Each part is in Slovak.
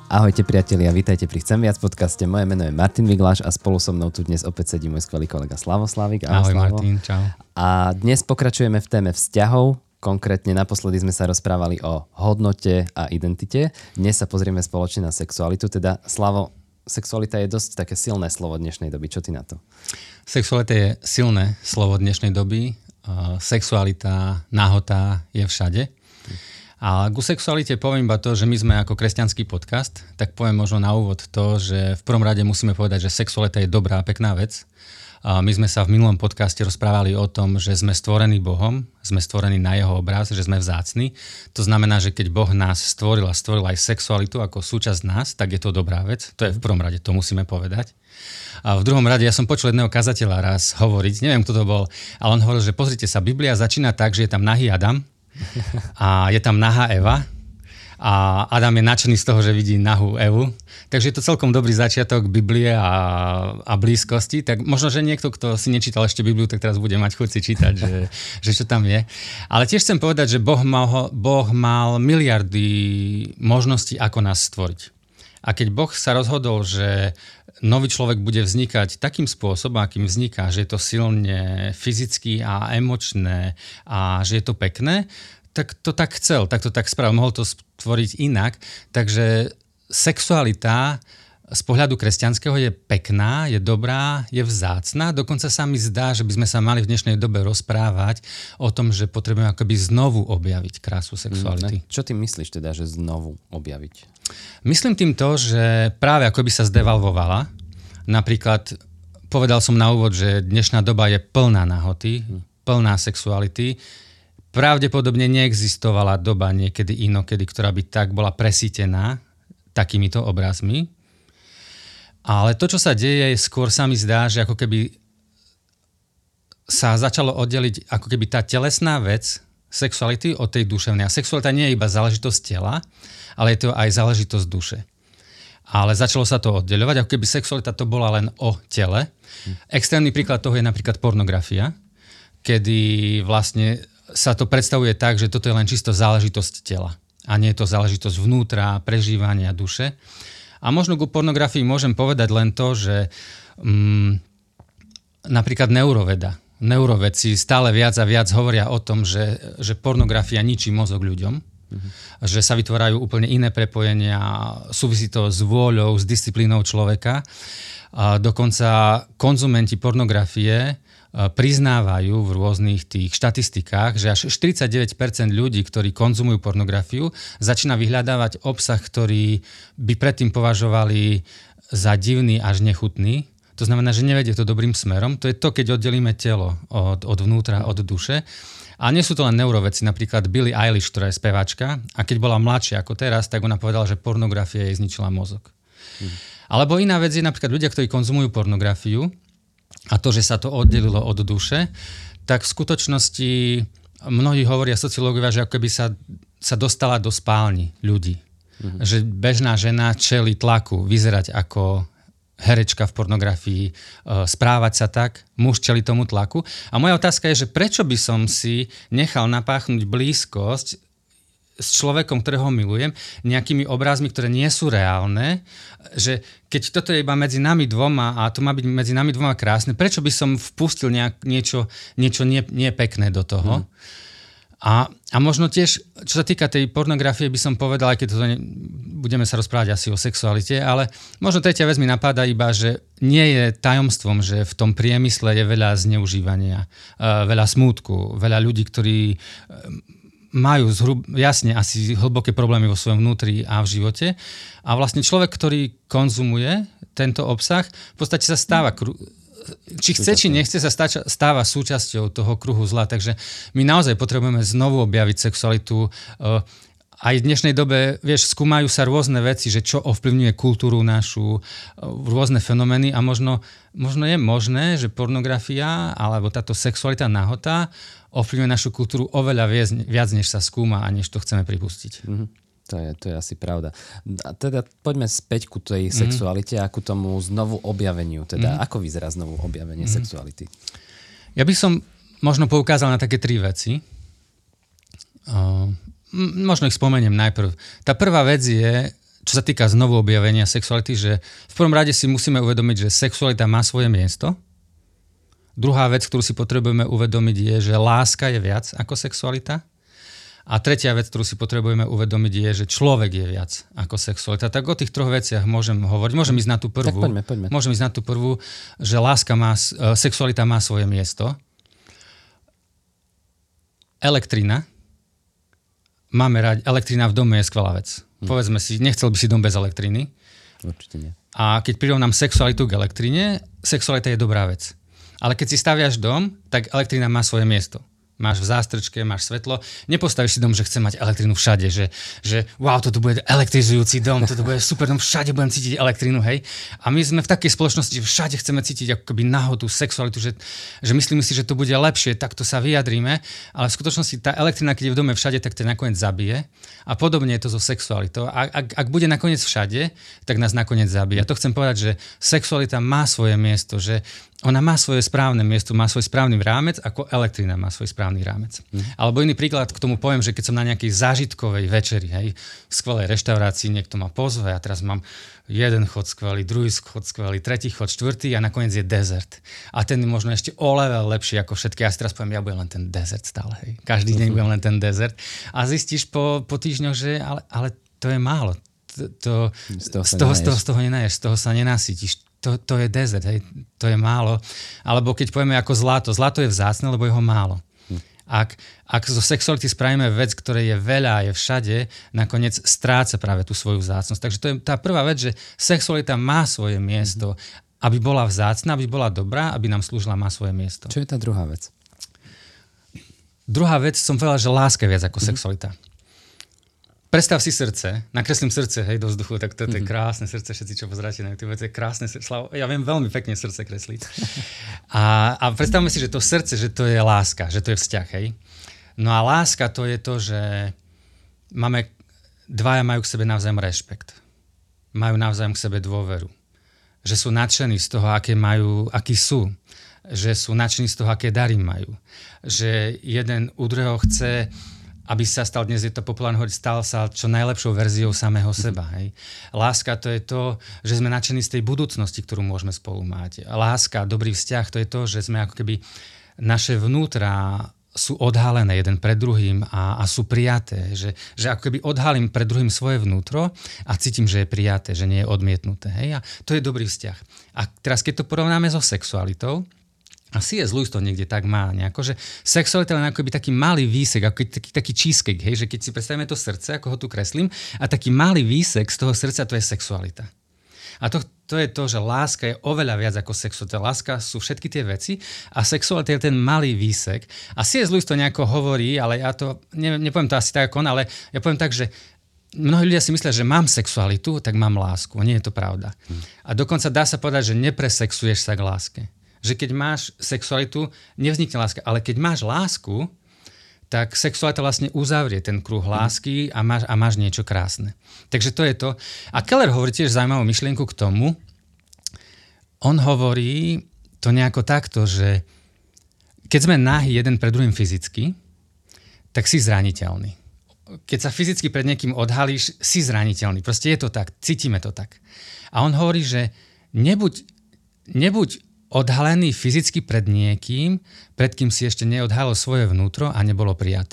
Ahojte priatelia, vítajte pri Chcem viac podcaste. Moje meno je Martin Vigláš a spolu so mnou tu dnes opäť sedí môj skvelý kolega Slavo Slavik. Ahoj Martin, čau. A dnes pokračujeme v téme vzťahov. Konkrétne naposledy sme sa rozprávali o hodnote a identite. Dnes sa pozrieme spoločne na sexualitu. Teda Slavo, sexualita je dosť také silné slovo dnešnej doby. Čo ty na to? Sexualita je silné slovo dnešnej doby. Sexualita, nahota je všade. A ku sexualite poviem iba to, že my sme ako kresťanský podcast, tak poviem možno na úvod to, že v prvom rade musíme povedať, že sexualita je dobrá a pekná vec. A my sme sa v minulom podcaste rozprávali o tom, že sme stvorení Bohom, sme stvorení na jeho obraz, že sme vzácni. To znamená, že keď Boh nás stvoril a stvoril aj sexualitu ako súčasť nás, tak je to dobrá vec. To je v prvom rade, to musíme povedať. A v druhom rade, ja som počul jedného kazateľa raz hovoriť, neviem, kto to bol, ale on hovoril, že pozrite sa, Biblia začína tak, že je tam nahý Adam a je tam nahá Eva a Adam je nadšený z toho, že vidí nahú Evu. Takže je to celkom dobrý začiatok Biblie a blízkosti. Tak možno, že niekto, kto si nečítal ešte Bibliu, tak teraz bude mať chuť si čítať, že čo tam je. Ale tiež chcem povedať, že Boh mal miliardy možností, ako nás stvoriť. A keď Boh sa rozhodol, že nový človek bude vznikať takým spôsobom, akým vzniká, že je to silne fyzicky a emočné a že je to pekné, tak to tak chcel, tak to tak spravil. Mohol to stvoriť inak. Takže sexualita z pohľadu kresťanského je pekná, je dobrá, je vzácna. Dokonca sa mi zdá, že by sme sa mali v dnešnej dobe rozprávať o tom, že potrebujeme akoby znovu objaviť krásu sexuality. Čo ty myslíš teda, že znovu objaviť? Myslím tým to, že práve ako by sa zdevalvovala. Napríklad povedal som na úvod, že dnešná doba je plná nahoty, plná sexuality. Pravdepodobne neexistovala doba niekedy inokedy, ktorá by tak bola presítená takýmito obrazmi. Ale to, čo sa deje, skôr sa mi zdá, že ako keby sa začalo oddeliť ako keby tá telesná vec sexuality od tej duševnej. A sexualita nie je iba záležitosť tela, ale je to aj záležitosť duše. Ale začalo sa to oddeľovať, ako keby sexualita to bola len o tele. Extrémny príklad toho je napríklad pornografia, kedy vlastne sa to predstavuje tak, že toto je len čisto záležitosť tela. A nie je to záležitosť vnútra, prežívania duše. A možno ku pornografii môžem povedať len to, že napríklad neurovedci stále viac a viac hovoria o tom, že pornografia ničí mozog ľuďom, že sa vytvárajú úplne iné prepojenia, súvisí to s vôľou, s disciplínou človeka. A dokonca konzumenti pornografie priznávajú v rôznych tých štatistikách, že až 49% ľudí, ktorí konzumujú pornografiu, začína vyhľadávať obsah, ktorý by predtým považovali za divný až nechutný. To znamená, že nevedie to dobrým smerom. To je to, keď oddelíme telo od vnútra, od duše. A nie sú to len neuroveci, napríklad Billie Eilish, ktorá je speváčka, a keď bola mladšia ako teraz, tak ona povedala, že pornografia jej zničila mozog. Alebo iná vec je napríklad ľudia, ktorí konzumujú pornografiu, a to, že sa to oddelilo od duše, tak v skutočnosti mnohí hovoria sociológovia, že ako keby sa dostala do spálni ľudí. Že bežná žena čelí tlaku vyzerať ako herečka v pornografii, správať sa tak, muž čelí tomu tlaku. A moja otázka je, že prečo by som si nechal napáchnuť blízkosť s človekom, ktorého milujem, nejakými obrazmi, ktoré nie sú reálne, že keď toto je iba medzi nami dvoma a to má byť medzi nami dvoma krásne, prečo by som vpustil niečo nie pekné do toho? A možno tiež, čo sa týka tej pornografie, by som povedal, aj keď budeme sa rozprávať asi o sexualite, ale možno tretia vec mi napáda iba, že nie je tajomstvom, že v tom priemysle je veľa zneužívania, veľa smútku, veľa ľudí, ktorí majú jasne asi hlboké problémy vo svojom vnútri a v živote. A vlastne človek, ktorý konzumuje tento obsah, v podstate sa stáva či chce, či nechce, sa stáva súčasťou toho kruhu zla. Takže my naozaj potrebujeme znovu objaviť sexualitu. Aj v dnešnej dobe, skúmajú sa rôzne veci, že čo ovplyvňuje kultúru našu, rôzne fenomény a možno je možné, že pornografia alebo táto sexualita nahota ovplyvňuje našu kultúru oveľa viac, než sa skúma a než to chceme pripustiť. To je asi pravda. A teda poďme späť ku tej sexualite a ku tomu znovu objaveniu. Teda ako vyzerá znovu objavenie sexuality? Ja by som možno poukázal na také 3 veci. Možno ich spomeniem najprv. Tá prvá vec je čo sa týka znovu objavenia sexuality, že v prvom rade si musíme uvedomiť, že sexualita má svoje miesto. Druhá vec, ktorú si potrebujeme uvedomiť, je, že láska je viac ako sexualita. A tretia vec, ktorú si potrebujeme uvedomiť, je, že človek je viac ako sexualita. Tak o tých troch veciach môžem hovoriť. Môžem ísť na tú prvú. Tak poďme. Môžem ísť na tú prvú, že sexualita má svoje miesto. Elektrina. Máme radi. Elektrina v dome je skvelá vec. Povedzme si, nechcel by si dom bez elektriny. Určite nie. A keď prirovnám sexualitu k elektrine, sexualita je dobrá vec. Ale keď si staviaš dom, tak elektrina má svoje miesto. Máš v zástrčke, máš svetlo. Nepostavíš si dom, že chcem mať elektrínu všade, že wow, toto bude elektrizujúci dom, toto bude super dom, všade budem cítiť elektrínu, hej. A my sme v takej spoločnosti, že všade chceme cítiť ako keby nahotu, sexualitu, že myslíme si, že to bude lepšie, takto sa vyjadríme, ale v skutočnosti tá elektrina, keď je v dome všade, tak to nakoniec zabije. A podobne je to so sexualitou. Ak bude nakoniec všade, tak nás nakoniec zabije. A to chcem povedať, že sexualita má svoje miesto, že ona má svoje správne miesto, má svoj správny rámec, ako elektrina má svoj správny rámec. Alebo iný príklad k tomu poviem, že keď som na nejakej zážitkovej večeri, hej, v skvelej reštaurácii, niekto ma pozve a teraz mám jeden chod skvelý, druhý chod skvelý, tretí chod, štvrtý a nakoniec je dezert. A ten je možno ešte o level lepší ako všetky. Ja si teraz poviem, ja budem len ten dezert stále. Hej. Každý deň budem len ten dezert. A zistíš po týždňoch, že ale to je málo. Z toho nenaješ, z toho sa nenasítiš. To je desert, hej, to je málo. Alebo keď povieme ako zlato. Zlato je vzácne, lebo je ho málo. Ak zo sexuality spravíme vec, ktorej je veľa a je všade, nakoniec stráca práve tú svoju vzácnosť. Takže to je tá prvá vec, že sexualita má svoje miesto. Aby bola vzácna, aby bola dobrá, aby nám slúžila, má svoje miesto. Čo je tá druhá vec? Druhá vec, som povedal, že láska je viac ako sexualita. Predstav si srdce, nakreslím srdce, hej, do vzduchu, tak to je krásne srdce, všetci, čo pozeráte na YouTube, to je krásne srdce. Ja viem veľmi pekne srdce kresliť. A predstavme si, že to srdce, že to je láska, že to je vzťah, hej. No a láska to je to, že dvaja majú k sebe navzájom rešpekt. Majú navzájom k sebe dôveru. Že sú nadšení z toho, akí sú. Že sú nadšení z toho, aké dary majú. Že jeden u druhého chce, aby sa stal, dnes je to populárne hovoriť, stal sa čo najlepšou verziou samého seba. Hej. Láska to je to, že sme nadšení z tej budúcnosti, ktorú môžeme spolu mať. Láska, dobrý vzťah, to je to, že sme ako keby naše vnútra sú odhalené jeden pred druhým a sú prijaté. Že ako keby odhalím pred druhým svoje vnútro a cítim, že je prijaté, že nie je odmietnuté. Hej. A to je dobrý vzťah. A teraz, keď to porovnáme so sexualitou, a C.S. Lewis to niekde tak má nejako, že sexualita je ako taký malý výsek, ako taký cheesecake, hej, že keď si predstavíme to srdce, ako ho tu kreslím, a taký malý výsek z toho srdca, to je sexualita. A to je to, že láska je oveľa viac ako sexualita. Láska sú všetky tie veci a sexualita je ten malý výsek. A C.S. Lewis to nejako hovorí, ale ja to, nepoviem to asi tak ako on, ale ja poviem tak, že mnohí ľudia si myslia, že mám sexualitu, tak mám lásku. Nie je to pravda. A dokonca dá sa povedať, že nepresexuješ sa k láske. Že keď máš sexualitu, nevznikne láska, ale keď máš lásku, tak sexualita vlastne uzavrie ten kruh lásky a máš niečo krásne. Takže to je to. A Keller hovorí tiež zaujímavú myšlienku k tomu. On hovorí to nejako takto, že keď sme nahý jeden pred druhým fyzicky, tak si zraniteľný. Keď sa fyzicky pred niekým odhalíš, si zraniteľný. Proste je to tak, cítime to tak. A on hovorí, že nebuď odhalený fyzicky pred niekým, pred kým si ešte neodhalil svoje vnútro a nebolo prijaté.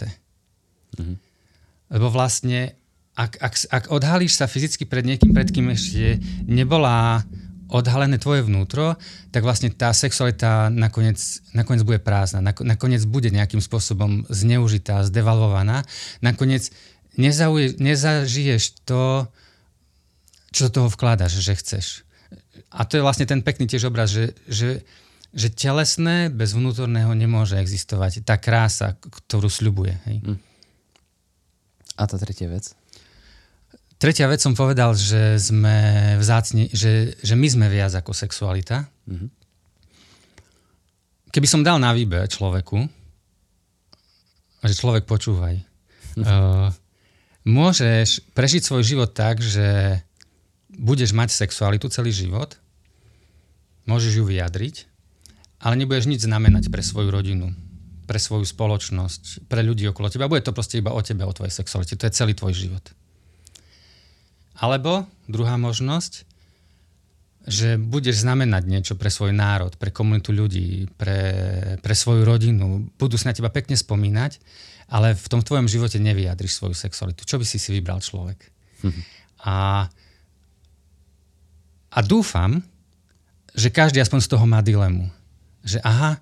Lebo vlastne, ak odhalíš sa fyzicky pred niekým, pred kým ešte nebola odhalené tvoje vnútro, tak vlastne tá sexualita nakoniec bude prázdna. Nakoniec bude nejakým spôsobom zneužitá, zdevalvovaná. Nakoniec nezažiješ to, čo do toho vkladaš, že chceš. A to je vlastne ten pekný tiež obraz, že telesné bez vnútorného nemôže existovať. Tá krása, ktorú sľubuje. Hej. A tá tretia vec? Tretia vec som povedal, že sme vzácni, že my sme viac ako sexualita. Keby som dal na výber človeku, že človek počúvaj, môžeš prežiť svoj život tak, že budeš mať sexualitu celý život, môžeš ju vyjadriť, ale nebudeš nič znamenať pre svoju rodinu, pre svoju spoločnosť, pre ľudí okolo teba. Bude to proste iba o tebe, o tvojej sexualite. To je celý tvoj život. Alebo druhá možnosť, že budeš znamenať niečo pre svoj národ, pre komunitu ľudí, pre svoju rodinu. Budú sa na teba pekne spomínať, ale v tom tvojom živote nevyjadriš svoju sexualitu. Čo by si vybral človek? A dúfam, že každý aspoň z toho má dilemu. Že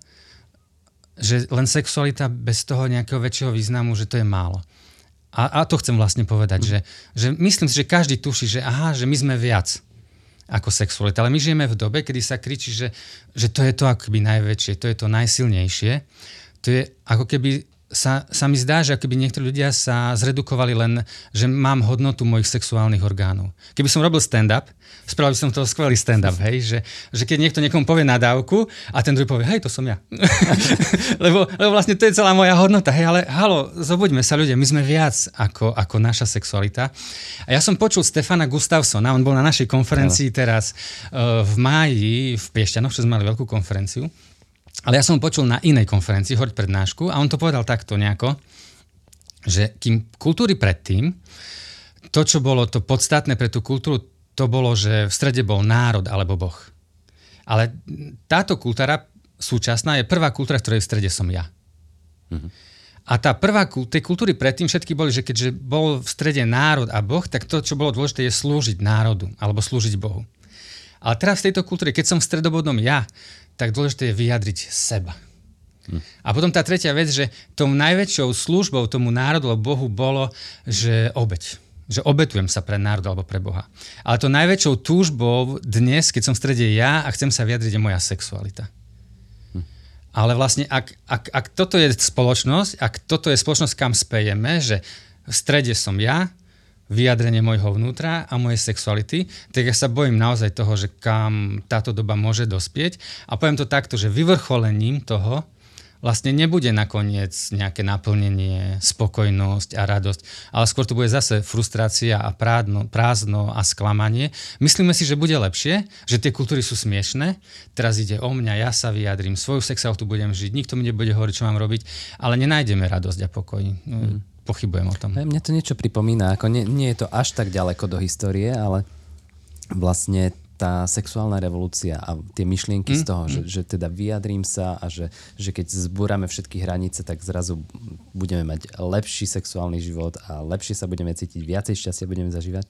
že len sexualita bez toho nejakého väčšieho významu, že to je málo. A to chcem vlastne povedať, že myslím si, že každý tuší, že my sme viac ako sexualita. Ale my žijeme v dobe, kedy sa kričí, že to je to akoby najväčšie, to je to najsilnejšie. To je ako keby sa mi zdá, že akoby niektorí ľudia sa zredukovali len, že mám hodnotu mojich sexuálnych orgánov. Keby som robil stand-up, spravil by som toho skvelý stand-up, hej? Že keď niekto niekomu povie nadávku a ten druhý povie, hej, to som ja. lebo vlastne to je celá moja hodnota. Hej, ale halo, zobuďme sa ľudia, my sme viac ako naša sexualita. A ja som počul Stefana Gustafsona, on bol na našej konferencii teraz v máji v Piešťanoch, čo sme mali veľkú konferenciu. Ale ja som ho počul na inej konferencii, hoď prednášku, a on to povedal takto nejako, že kým kultúry predtým, to, čo bolo to podstatné pre tú kultúru, to bolo, že v strede bol národ alebo Boh. Ale táto kultúra súčasná je prvá kultúra, ktorej v strede som ja. A tá tej kultúry predtým všetky boli, že keďže bol v strede národ a Boh, tak to, čo bolo dôležité, je slúžiť národu alebo slúžiť Bohu. Ale teraz v tejto kultúre, keď som v stredobodnom ja, tak dôležité je vyjadriť seba. A potom tá tretia vec, že tou najväčšou službou tomu národu alebo Bohu bolo, že obeť. Že obetujem sa pre národ alebo pre Boha. Ale to najväčšou túžbou dnes, keď som v strede ja a chcem sa vyjadriť, je moja sexualita. Ale vlastne, ak toto je spoločnosť, ak toto je spoločnosť, kam spejeme, že v strede som ja, vyjadrenie môjho vnútra a mojej sexuality, tak ja sa bojím naozaj toho, že kam táto doba môže dospieť. A poviem to takto, že vyvrcholením toho vlastne nebude nakoniec nejaké naplnenie, spokojnosť a radosť, ale skôr to bude zase frustrácia a prázdno a sklamanie. Myslíme si, že bude lepšie, že tie kultúry sú smiešné, teraz ide o mňa, ja sa vyjadrím, svoju sexualitu budem žiť, nikto mi nebude hovoriť, čo mám robiť, ale nenájdeme radosť a pokoj. Pochybujem o tom. Mne to niečo pripomína, ako nie je to až tak ďaleko do histórie, ale vlastne tá sexuálna revolúcia a tie myšlienky z toho, že teda vyjadrím sa a že keď zbúrame všetky hranice, tak zrazu budeme mať lepší sexuálny život a lepšie sa budeme cítiť, viacej šťastia budeme zažívať.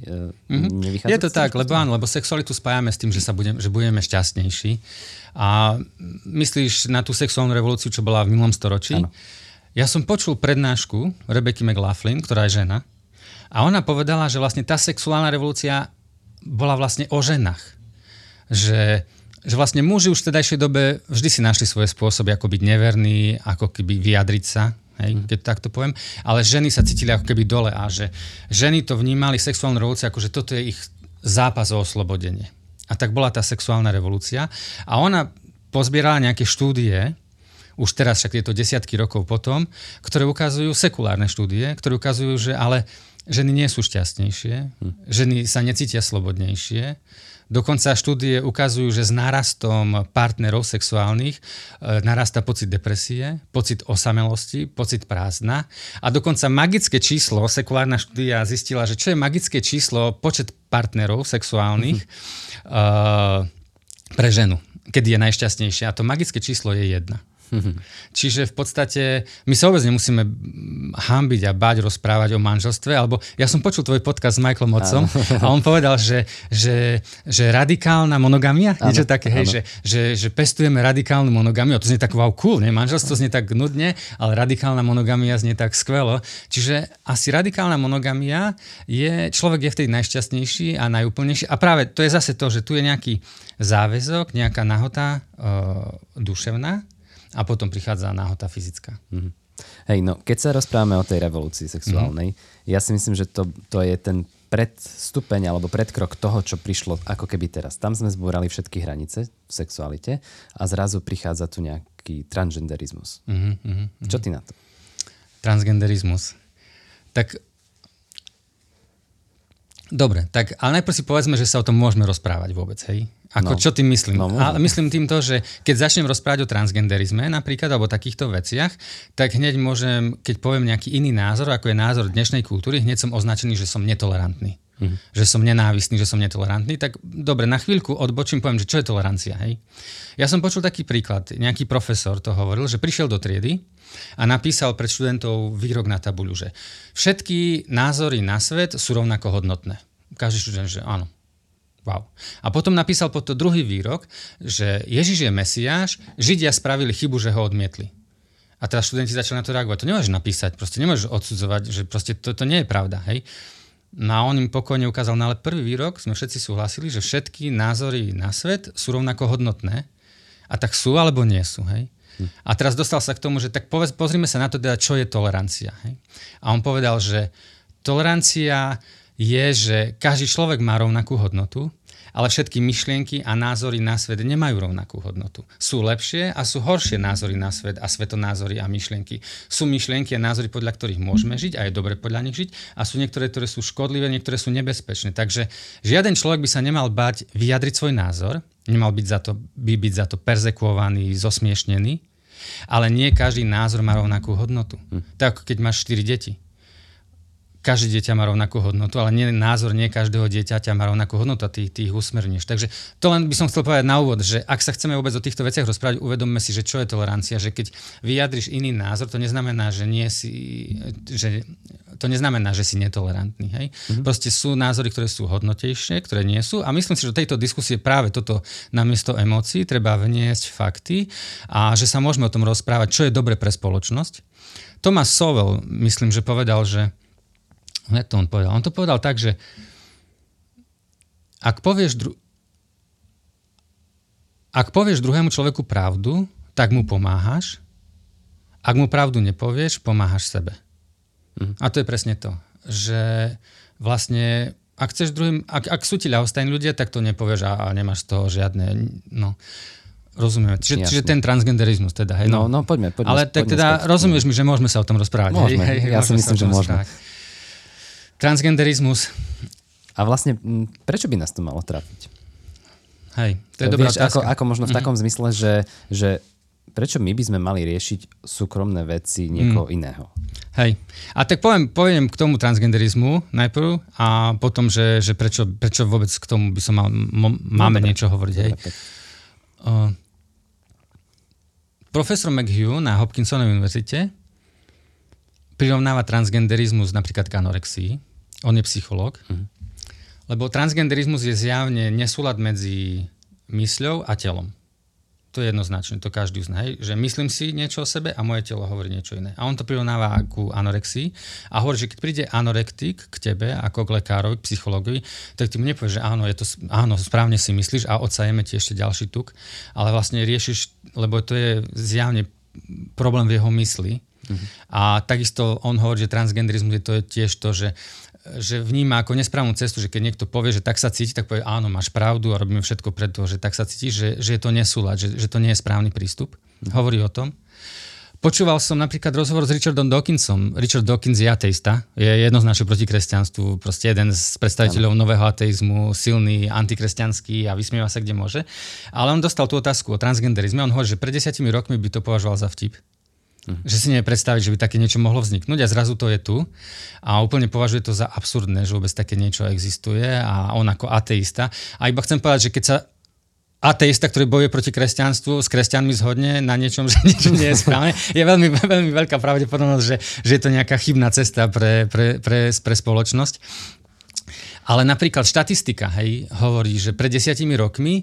Je to tak, lebo sexualitu spájame s tým, že budeme šťastnejší. A myslíš na tú sexuálnu revolúciu, čo bola v minulom storočí? Áno. Ja som počul prednášku Rebecky McLaughlin, ktorá je žena, a ona povedala, že vlastne tá sexuálna revolúcia bola vlastne o ženách. Že vlastne muži už v tedajšej dobe vždy si našli svoje spôsoby, ako byť neverný, ako keby vyjadriť sa, hej, keď takto poviem, ale ženy sa cítili ako keby dole a že ženy to vnímali sexuálnu revolúciu, ako že toto je ich zápas o oslobodenie. A tak bola tá sexuálna revolúcia a ona pozbierala nejaké štúdie, už teraz, však je to desiatky rokov potom, ktoré ukazujú, sekulárne štúdie, ktoré ukazujú, že ale ženy nie sú šťastnejšie, ženy sa necítia slobodnejšie. Dokonca štúdie ukazujú, že s nárastom partnerov sexuálnych narastá pocit depresie, pocit osamelosti, pocit prázdna. A dokonca magické číslo, sekulárna štúdia zistila, že čo je magické číslo, počet partnerov sexuálnych pre ženu, kedy je najšťastnejšia. A to magické číslo je 1. Čiže v podstate my sa vôbec nemusíme hanbiť a báť rozprávať o manželstve, alebo ja som počul tvoj podcast s Michaelom Otcom a on povedal, že radikálna monogamia, niečo také, hej, že pestujeme radikálnu monogamiu, a to znie tak wow, cool, nie? Manželstvo znie tak nudne, ale radikálna monogamia znie tak skvelo. Čiže asi radikálna monogamia človek je vtedy najšťastnejší a najúplnejší a práve to je zase to, že tu je nejaký záväzok, nejaká nahota duševná, a potom prichádza náhota fyzická. Hej, no keď sa rozprávame o tej revolúcii sexuálnej, ja si myslím, že to je ten predstupeň alebo predkrok toho, čo prišlo ako keby teraz. Tam sme zbúrali všetky hranice v sexualite a zrazu prichádza tu nejaký transgenderizmus. Čo ty na to? Transgenderizmus. Tak dobre, tak ale najprv si povedzme, že sa o tom môžeme rozprávať vôbec, hej? Čo tým myslím? A myslím týmto, že keď začnem rozprávať o transgenderizme napríklad, alebo takýchto veciach, tak hneď môžem, keď poviem nejaký iný názor, ako je názor dnešnej kultúry, hneď som označený, že som netolerantný. že som nenávistný, že som netolerantný, tak dobre, na chvíľku odbočím, poviem, že čo je tolerancia. Hej? Ja som počul taký príklad, nejaký profesor to hovoril, že prišiel do triedy a napísal pred študentov výrok na tabuľu, že všetky názory na svet sú rovnako hodnotné. Každý študent, že áno. Wow. A potom napísal pod to druhý výrok, že Ježiš je Mesiáš, Židia spravili chybu, že ho odmietli. A teraz študenti začali na to reagovať. To nemôžeš napísať, proste nemôžeš odsudzovať, že proste to nie je pravda, hej. No a on im pokojne ukázal, ale prvý výrok sme všetci súhlasili, že všetky názory na svet sú rovnako hodnotné. A tak sú alebo nie sú, hej. A teraz dostal sa k tomu, že tak pozrime sa na to, teda, čo je tolerancia. Hej? A on povedal, že tolerancia je, že každý človek má rovnakú hodnotu, ale všetky myšlienky a názory na svet nemajú rovnakú hodnotu. Sú lepšie a sú horšie názory na svet a svetonázory a myšlienky. Sú myšlienky a názory, podľa ktorých môžeme žiť a je dobre podľa nich žiť a sú niektoré, ktoré sú škodlivé, niektoré sú nebezpečné. Takže žiaden človek by sa nemal bať vyjadriť svoj názor, nemal byť za to perzekuovaný, zosmiešnený, ale nie každý názor má rovnakú hodnotu. Tak ako keď máš 4 deti. Každé dieťa má rovnakú hodnotu, ale názor nie každého dieťaťa má rovnakú hodnotu a ty ich usmerníš. Takže to len by som chcel povedať na úvod, že ak sa chceme vôbec o týchto veciach rozprávať, uvedomme si, že čo je tolerancia, že keď vyjadriš iný názor, to neznamená, že si netolerantný. Hej? Proste sú názory, ktoré sú hodnotejšie, ktoré nie sú a myslím si, že do tejto diskusie práve toto namiesto emócií treba vniesť fakty a že sa môžeme o tom rozprávať, čo je dobre pre spoločnosť. Thomas Sowell, myslím, že povedal, že On to povedal tak, že ak povieš druhému človeku pravdu, tak mu pomáhaš. Ak mu pravdu nepovieš, pomáhaš sebe. A to je presne to, že vlastne ak chceš ak sú ti ľahostajní ľudia, tak to nepovieš a nemáš z toho žiadne, rozumieme. Čiže ten transgenderizmus teda, hej. No, poďme. Ale tak teda rozumieš mi, že môžeme sa o tom rozprávať. Môžeme, ja si myslím, že môžeme. Transgenderizmus. A vlastne, prečo by nás to malo trápiť? Hej, to je dobrá otázka. Ako možno v takom zmysle, že prečo my by sme mali riešiť súkromné veci niekoho iného? Hej. A tak poviem k tomu transgenderizmu najprv a potom, že prečo vôbec k tomu by som máme niečo hovoriť. Hej. Profesor McHugh na Hopkinsonovej univerzite prirovnáva transgenderizmus napríklad k anorexii. On je psychológ. Lebo transgenderizmus je zjavne nesúlad medzi mysľou a telom. To je jednoznačné, to každý uzná. Že myslím si niečo o sebe a moje telo hovorí niečo iné. A on to prirovnáva ku anorexii a hovorí, že keď príde anorektik k tebe, ako k lekárovi, k psychológovi, tak ty mu nepovieš, že áno, správne si myslíš a odsajeme ti ešte ďalší tuk, ale vlastne riešiš, lebo to je zjavne problém v jeho mysli. A takisto on hovorí, že transgenderizmus to je tiež to, že vníma ako nesprávnu cestu, že keď niekto povie, že tak sa cíti, tak povie, áno, máš pravdu a robíme všetko preto, že tak sa cítiš, že je to nesúlad, že to nie je správny prístup. Hovorí o tom. Počúval som napríklad rozhovor s Richardom Dawkinsom. Richard Dawkins je ateista, je jednoznačne proti kresťanstvu, proste jeden z predstaviteľov nového ateizmu, silný, antikresťanský a vysmieva sa kde môže. Ale on dostal tú otázku o transgenderizme, on hovorí, že pred 10 rokmi by to považoval za vtip. Že si nevie predstaviť, že by také niečo mohlo vzniknúť a zrazu to je tu a úplne považuje to za absurdné, že vôbec také niečo existuje a on ako ateista. A iba chcem povedať, že keď sa ateista, ktorý bojuje proti kresťanstvu, s kresťanmi zhodne na niečom, že niečo nie je správne, je veľmi, veľmi veľká pravdepodobnosť, že je to nejaká chybná cesta pre spoločnosť. Ale napríklad štatistika hovorí, že pred 10 rokmi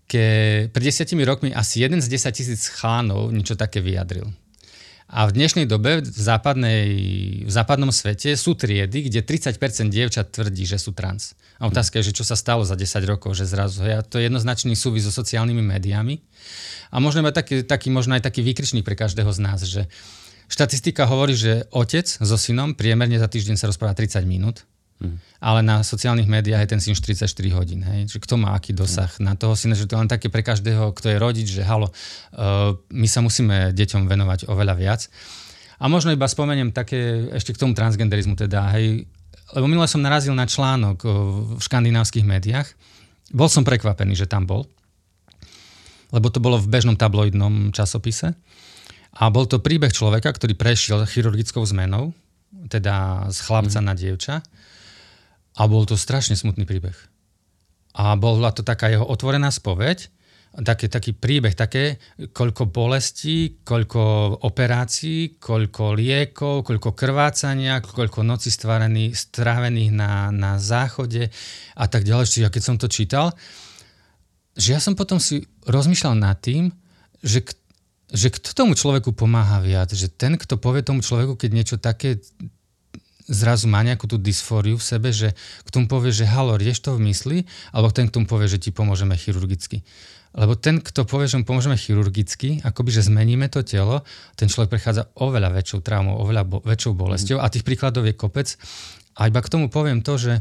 asi 1 z 10 000 chánov niečo také vyjadril. A v dnešnej dobe v západnom svete sú triedy, kde 30% dievčat tvrdí, že sú trans. A otázka je, že čo sa stalo za 10 rokov, že zrazu. To je jednoznačný súvis so sociálnymi médiami. A možno aj taký výkričník pre každého z nás, že štatistika hovorí, že otec so synom priemerne za týždeň sa rozpráva 30 minút. Ale na sociálnych médiách je ten syn 44 hodín. Hej? Že kto má aký dosah na toho syna, že to je len také pre každého, kto je rodič, že my sa musíme deťom venovať oveľa viac. A možno iba spomeniem také ešte k tomu transgenderizmu teda, hej, lebo minule som narazil na článok v škandinávskych médiách. Bol som prekvapený, že tam bol, lebo to bolo v bežnom tabloidnom časopise. A bol to príbeh človeka, ktorý prešiel chirurgickou zmenou, teda z chlapca na dievča. A bol to strašne smutný príbeh. A bola to taká jeho otvorená spoveď, taký príbeh, koľko bolestí, koľko operácií, koľko liekov, koľko krvácania, koľko nocí strávených na záchode a tak ďalej. Čiže keď som to čítal, že ja som potom si rozmýšľal nad tým, že kto tomu človeku pomáha viac, že ten, kto povie tomu človeku, keď niečo také zrazu má nejakú tú dysfóriu v sebe, že k tomu povie, že halo, rieš to v mysli, alebo ten k tomu povie, že ti pomôžeme chirurgicky. Lebo ten, kto povie, že mu pomôžeme chirurgicky, akoby, že zmeníme to telo, ten človek prechádza oveľa väčšou traumou, oveľa väčšou bolesťou a tých príkladov je kopec. A iba k tomu poviem to, že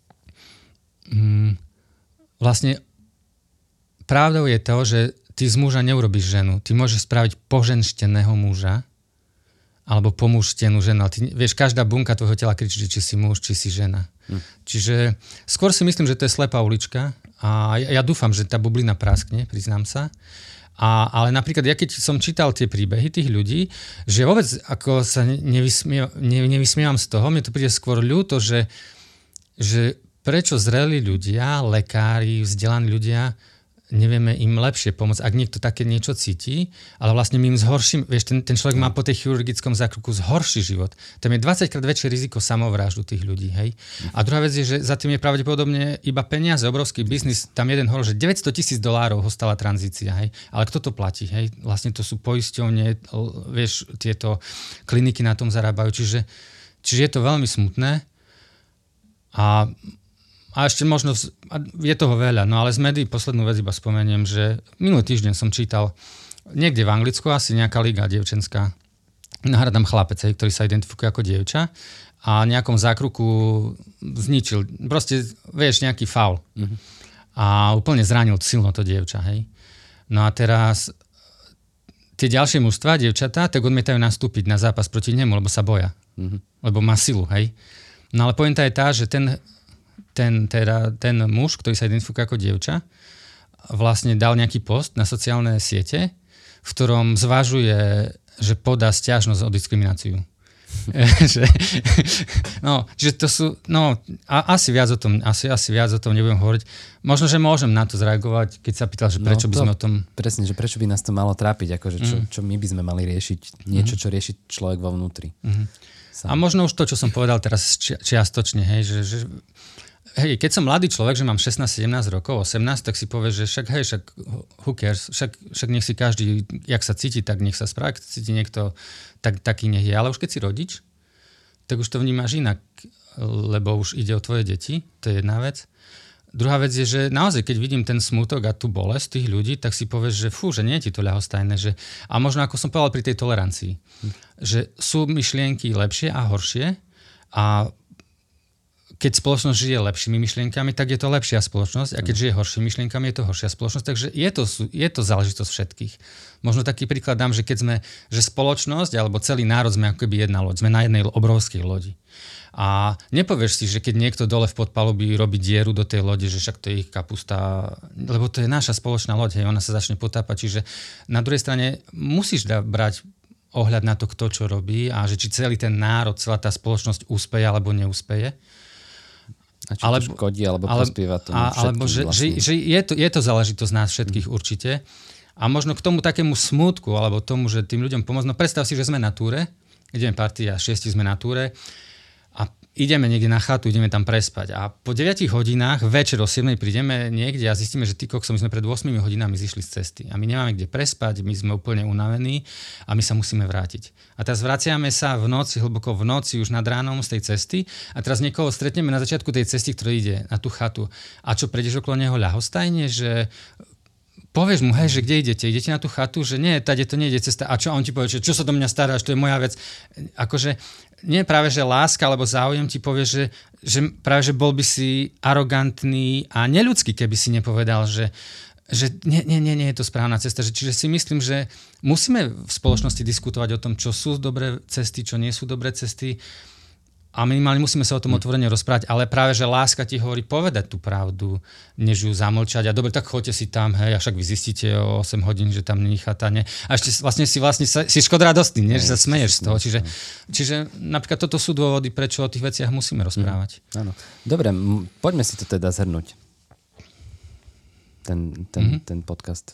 vlastne pravdou je to, že ty z muža neurobíš ženu. Ty môžeš spraviť poženšteného muža alebo pomúštenú ženu. Ale ty, vieš, každá bunka tvojho tela kričí, či si muž, či si žena. Čiže skôr si myslím, že to je slepá ulička a ja dúfam, že tá bublina praskne, priznám sa. Ale napríklad, ja keď som čítal tie príbehy tých ľudí, že vôbec ako sa nevysmievam z toho, mne to príde skôr ľúto, že prečo zrelí ľudia, lekári, vzdelaní ľudia, nevieme im lepšie pomôcť, ak niekto také niečo cíti, ale vlastne my im zhorším, vieš, ten človek má po tej chirurgickom zákroku zhorší život. Tam je 20-krát väčšie riziko samovraždu tých ľudí, hej. A druhá vec je, že za tým je pravdepodobne iba peniaze, obrovský biznis. Tam jeden hovoril, že $900,000 ho stala tranzícia, hej. Ale kto to platí, hej? Vlastne to sú poisťovne, vieš, tieto kliniky na tom zarábajú, čiže je to veľmi smutné. A ešte možno, je toho veľa, no ale z médií poslednú vec iba spomeniem, že minulý týždeň som čítal niekde v Anglicku, asi nejaká liga dievčenská, nahradám chlapec, ktorý sa identifikuje ako dievča a nejakom zákruku zničil, proste, vieš, nejaký faul. A úplne zranil silno to dievča, hej. No a teraz tie ďalšie mužstvá, dievčatá, tak odmietajú nastúpiť na zápas proti nemu, lebo sa boja. Lebo má silu, hej. No ale pointa je tá, že ten muž, ktorý sa identifikuje ako dievča, vlastne dal nejaký post na sociálne siete, v ktorom zvažuje, že podá sťažnosť o diskrimináciu. Čiže to sú, asi viac o tom nebudem hovoriť. Možno, že môžem na to zareagovať, keď sa pýtal, že prečo by sme o tom... Presne, že prečo by nás to malo trápiť, akože čo my by sme mali riešiť, niečo, čo rieši človek vo vnútri. A možno už to, čo som povedal teraz čiastočne, hej, že hej, keď som mladý človek, že mám 16, 17 rokov, 18, tak si povieš, že však who cares, však nech si každý, jak sa cíti, tak nech sa správa, keď cíti niekto, taký nech je. Ale už keď si rodič, tak už to vnímaš inak, lebo už ide o tvoje deti, to je jedna vec. Druhá vec je, že naozaj, keď vidím ten smútok a tú bolesť tých ľudí, tak si povieš, že že nie je ti to ľahostajné. A možno, ako som povedal pri tej tolerancii, že sú myšlienky lepšie a horšie a keď spoločnosť žije lepšími myšlienkami, tak je to lepšia spoločnosť a keď žije horšími myšlienkami, je to horšia spoločnosť. Takže je to záležitosť všetkých. Možno taký príklad dám, že keď že spoločnosť alebo celý národ sme ako keby jedna loď, sme na jednej obrovskej lodi. A nepovieš si, že keď niekto dole v podpalubí robí dieru do tej lode, že však to je ich kapusta, lebo to je naša spoločná loď, hej, ona sa začne potápať. Čiže na druhej strane musíš brať ohľad na to, kto čo robí a že či celý ten národ, celá tá spoločnosť úspeje alebo neúspeje. A či to škodí, alebo prospieva tomu všetkým. Alebo že je to záležitosť nás všetkých určite. A možno k tomu takému smútku, alebo tomu, že tým ľuďom pomôcť. No predstav si, že sme na túre, ideme partia, 6 sme na túre a ideme niekde na chatu, ideme tam prespať. A po 9 hodinách večer o 7 prídeme niekde a zistíme, že my sme pred 8 hodinami zišli z cesty. A my nemáme kde prespať, my sme úplne unavení a my sa musíme vrátiť. A teraz vraciame sa v noci, hlboko v noci, už nad ránom z tej cesty a teraz niekoho stretneme na začiatku tej cesty, ktorý ide na tú chatu. A čo, prejdeš okolo neho ľahostajne, že povieš mu, hej, že kde idete? Idete na tú chatu? Že nie, tade to nejde cesta. A čo? A on ti povie, že čo sa do mňa staráš, to je moja vec. Akože nie práve, že láska alebo záujem ti povie, že práve, že bol by si arogantný a neľudský, keby si nepovedal, že nie je to správna cesta. Čiže si myslím, že musíme v spoločnosti diskutovať o tom, čo sú dobré cesty, čo nie sú dobré cesty. A minimálne musíme sa o tom otvorene rozprávať, ale práve, že láska ti hovorí povedať tú pravdu, než ju zamlčať. A dobre, tak choďte si tam, hej, a však vy zistíte o 8 hodín, že tam není chata, ne? A ešte si škodoradostný, nie? Že sa smeješ z toho. Čiže napríklad toto sú dôvody, prečo o tých veciach musíme rozprávať. Áno. Dobre, poďme si to teda zhrnúť. Ten podcast.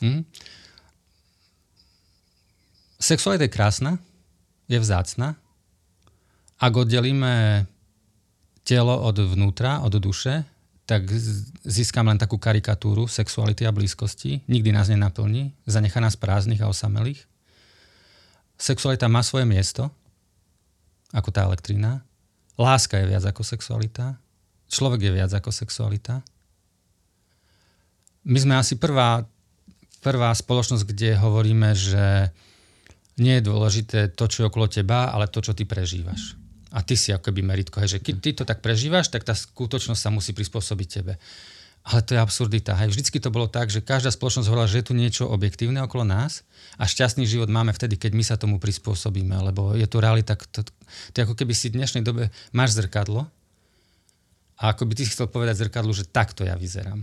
Sexualita je krásna, je vzácna. Ak oddelíme telo od vnútra, od duše, tak získam len takú karikatúru sexuality a blízkosti. Nikdy nás nenaplní, zanechá nás prázdnych a osamelých. Sexualita má svoje miesto, ako tá elektrina. Láska je viac ako sexualita. Človek je viac ako sexualita. My sme asi prvá spoločnosť, kde hovoríme, že nie je dôležité to, čo je okolo teba, ale to, čo ty prežívaš. A ty si akoby meritko, že keď ty to tak prežívaš, tak tá skutočnosť sa musí prispôsobiť tebe. Ale to je absurdita. Hej. Vždycky to bolo tak, že každá spoločnosť hovorila, že je tu niečo objektívne okolo nás a šťastný život máme vtedy, keď my sa tomu prispôsobíme, lebo je tu realita. To je ako keby si v dnešnej dobe máš zrkadlo a ako by ty chcel povedať zrkadlu, že takto ja vyzerám.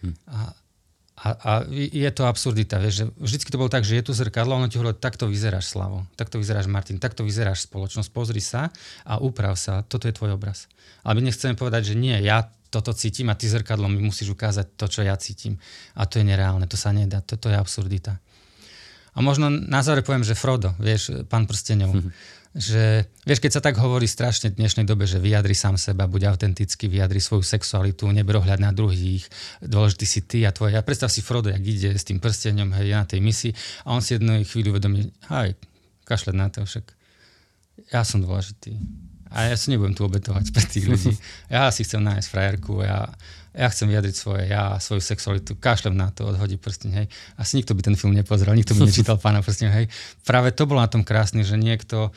A je to absurdita, vieš, že vždycky to bolo tak, že je tu zrkadlo a ono ti hovorí, takto vyzeráš, Slavo, takto vyzeráš, Martin, takto vyzeráš, spoločnosť, pozri sa a uprav sa, toto je tvoj obraz. Ale my nechceme povedať, že nie, ja toto cítim a ty zrkadlom mi musíš ukázať to, čo ja cítim. A to je nereálne, to sa nedá, toto je absurdita. A možno na záver poviem, že Frodo, vieš, Pán prsteňov, že vieš, keď sa tak hovorí strašne v dnešnej dobe, že vyjadri sám seba, buď autentický, vyjadri svoju sexualitu, neber ohľad na druhých, dôležitý si ty a tvoje. A predstav si Frodo, jak ide s tým prsteňom, hej, na tej misii a on si jednej chvíľu uvedomí, kašľať na to, však ja som dôležitý. A ja si nebudem tu obetovať pre tých ľudí. Ja si chcem nájsť frajerku, ja chcem vyjadriť svoju sexualitu, kašlem na to, odhodí prsteň, hej. Asi nikto by ten film nepozrel, nikto by nečítal Pána prsteňov, hej. Práve to bolo na tom krásne, že niekto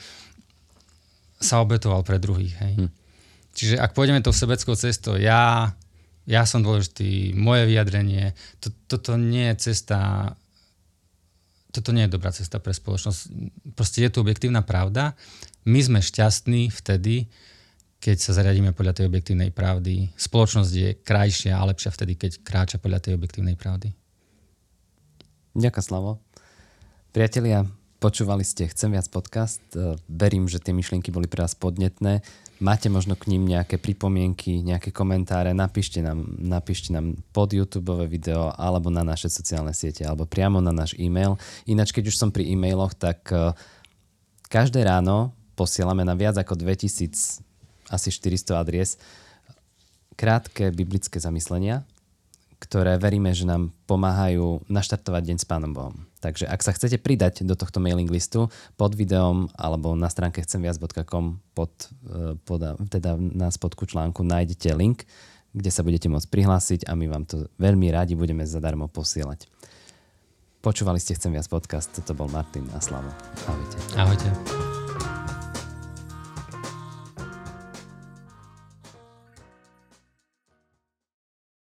sa obetoval pre druhých, hej. Čiže ak pôjdeme tou sebeckou cestou, ja som dôležitý, moje vyjadrenie, toto nie je cesta, toto nie je dobrá cesta pre spoločnosť. Proste je tu objektívna pravda. My sme šťastní vtedy, keď sa zariadíme podľa tej objektívnej pravdy. Spoločnosť je krajšia a lepšia vtedy, keď kráča podľa tej objektívnej pravdy. Ďakujem, Slavo. Priatelia, počúvali ste Chcem viac podcast. Verím, že tie myšlienky boli pre vás podnetné. Máte možno k ním nejaké pripomienky, nejaké komentáre, napíšte nám pod YouTubeové video alebo na naše sociálne siete alebo priamo na náš e-mail. Ináč, keď už som pri e-mailoch, tak každé ráno posielame na viac ako 2000, asi 400 adries, krátke biblické zamyslenia, ktoré veríme, že nám pomáhajú naštartovať deň s Pánom Bohom. Takže ak sa chcete pridať do tohto mailing listu pod videom alebo na stránke chcemviac.com teda na spodku článku nájdete link, kde sa budete môcť prihlásiť a my vám to veľmi radi budeme zadarmo posielať. Počúvali ste Chcem viac podcast, toto bol Martin a Slavo. Ahojte. Ahojte.